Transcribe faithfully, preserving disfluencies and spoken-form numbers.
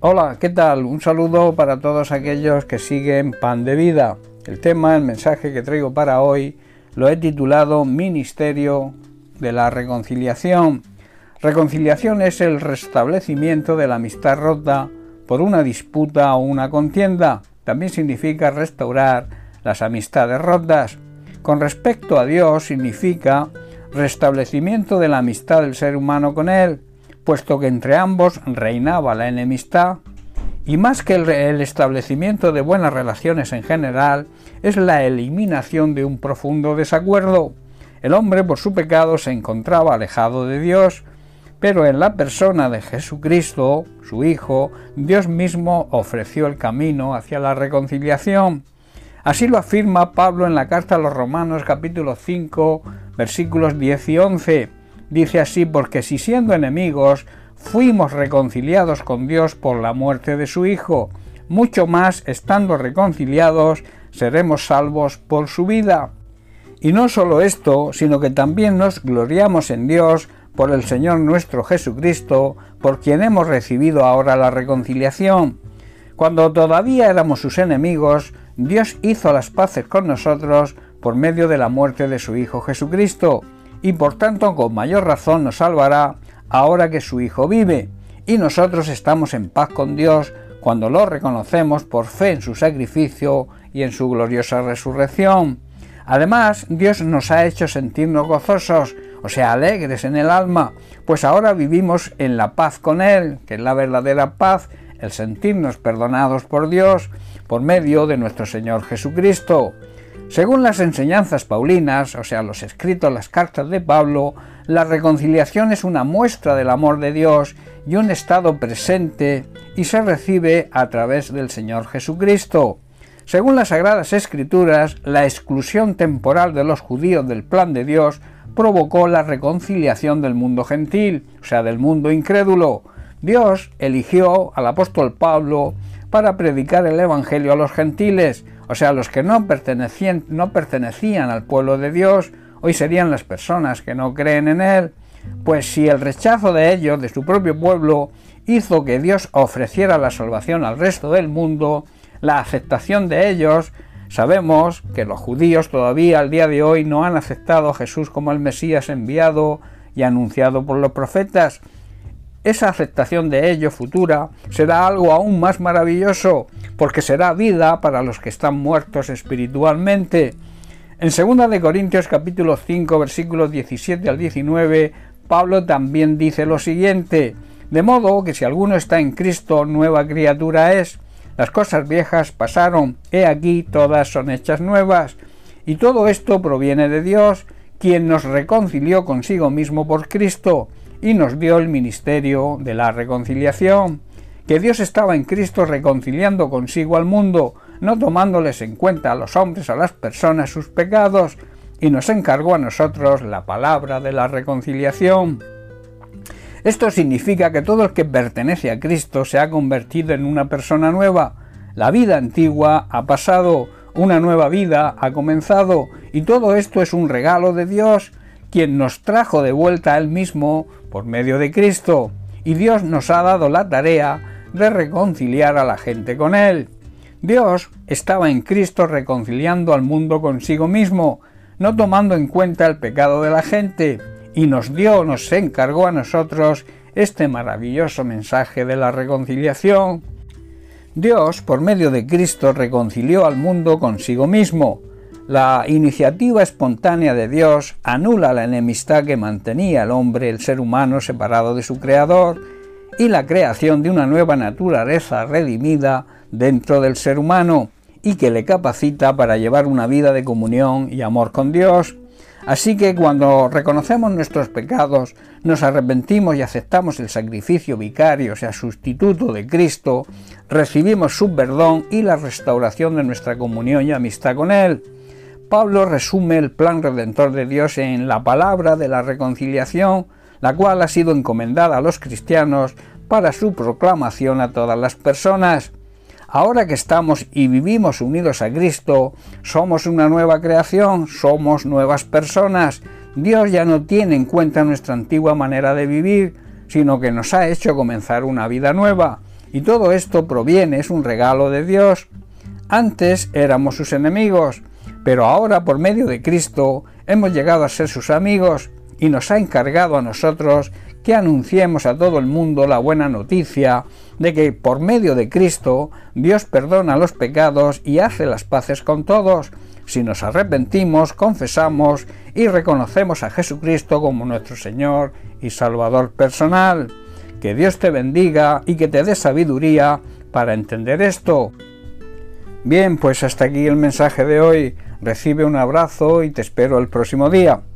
Hola, ¿qué tal? Un saludo para todos aquellos que siguen Pan de Vida. El tema, el mensaje que traigo para hoy, lo he titulado Ministerio de la Reconciliación. Reconciliación es el restablecimiento de la amistad rota por una disputa o una contienda. También significa restaurar las amistades rotas. Con respecto a Dios, significa restablecimiento de la amistad del ser humano con Él, puesto que entre ambos reinaba la enemistad, y más que el, el establecimiento de buenas relaciones en general, es la eliminación de un profundo desacuerdo. El hombre por su pecado se encontraba alejado de Dios, pero en la persona de Jesucristo, su Hijo, Dios mismo ofreció el camino hacia la reconciliación. Así lo afirma Pablo en la carta a los Romanos capítulo cinco, versículos diez y once. Dice así: porque si siendo enemigos fuimos reconciliados con Dios por la muerte de su Hijo, mucho más estando reconciliados seremos salvos por su vida. Y no solo esto, sino que también nos gloriamos en Dios por el Señor nuestro Jesucristo, por quien hemos recibido ahora la reconciliación. Cuando todavía éramos sus enemigos, Dios hizo las paces con nosotros por medio de la muerte de su Hijo Jesucristo, y por tanto con mayor razón nos salvará ahora que su Hijo vive, y nosotros estamos en paz con Dios cuando lo reconocemos por fe en su sacrificio y en su gloriosa resurrección. Además, Dios nos ha hecho sentirnos gozosos, o sea, alegres en el alma, pues ahora vivimos en la paz con Él, que es la verdadera paz, el sentirnos perdonados por Dios por medio de nuestro Señor Jesucristo. Según las enseñanzas paulinas, o sea, los escritos, las cartas de Pablo, la reconciliación es una muestra del amor de Dios y un estado presente, y se recibe a través del Señor Jesucristo. Según las Sagradas Escrituras, la exclusión temporal de los judíos del plan de Dios provocó la reconciliación del mundo gentil, o sea, del mundo incrédulo. Dios eligió al apóstol Pablo para predicar el Evangelio a los gentiles, o sea, los que no pertenecían, no pertenecían al pueblo de Dios, hoy serían las personas que no creen en Él. Pues si el rechazo de ellos, de su propio pueblo, hizo que Dios ofreciera la salvación al resto del mundo, la aceptación de ellos, sabemos que los judíos todavía al día de hoy no han aceptado a Jesús como el Mesías enviado y anunciado por los profetas. Esa aceptación de ello futura será algo aún más maravilloso, porque será vida para los que están muertos espiritualmente. En segunda de Corintios capítulo cinco, versículos diecisiete al diecinueve, Pablo también dice lo siguiente: de modo que si alguno está en Cristo, nueva criatura es. Las cosas viejas pasaron, he aquí todas son hechas nuevas. Y todo esto proviene de Dios, quien nos reconcilió consigo mismo por Cristo, y nos dio el ministerio de la reconciliación, que Dios estaba en Cristo reconciliando consigo al mundo, no tomándoles en cuenta a los hombres, a las personas, sus pecados, y nos encargó a nosotros la palabra de la reconciliación. Esto significa que todo el que pertenece a Cristo se ha convertido en una persona nueva. La vida antigua ha pasado, una nueva vida ha comenzado, y todo esto es un regalo de Dios, quien nos trajo de vuelta a Él mismo por medio de Cristo, y Dios nos ha dado la tarea de reconciliar a la gente con Él. Dios estaba en Cristo reconciliando al mundo consigo mismo, no tomando en cuenta el pecado de la gente, y nos dio, nos encargó a nosotros este maravilloso mensaje de la reconciliación. Dios, por medio de Cristo, reconcilió al mundo consigo mismo. La iniciativa espontánea de Dios anula la enemistad que mantenía el hombre, el ser humano, separado de su Creador, y la creación de una nueva naturaleza redimida dentro del ser humano, y que le capacita para llevar una vida de comunión y amor con Dios. Así que cuando reconocemos nuestros pecados, nos arrepentimos y aceptamos el sacrificio vicario, o sea, sustituto de Cristo, recibimos su perdón y la restauración de nuestra comunión y amistad con Él. Pablo resume el plan redentor de Dios en la palabra de la reconciliación, la cual ha sido encomendada a los cristianos para su proclamación a todas las personas. Ahora que estamos y vivimos unidos a Cristo, somos una nueva creación, somos nuevas personas. Dios ya no tiene en cuenta nuestra antigua manera de vivir, sino que nos ha hecho comenzar una vida nueva. Y todo esto proviene, es un regalo de Dios. Antes éramos sus enemigos, pero ahora por medio de Cristo hemos llegado a ser sus amigos y nos ha encargado a nosotros que anunciemos a todo el mundo la buena noticia de que por medio de Cristo Dios perdona los pecados y hace las paces con todos, si nos arrepentimos, confesamos y reconocemos a Jesucristo como nuestro Señor y Salvador personal. Que Dios te bendiga y que te dé sabiduría para entender esto. Bien, pues hasta aquí el mensaje de hoy. Recibe un abrazo y te espero el próximo día.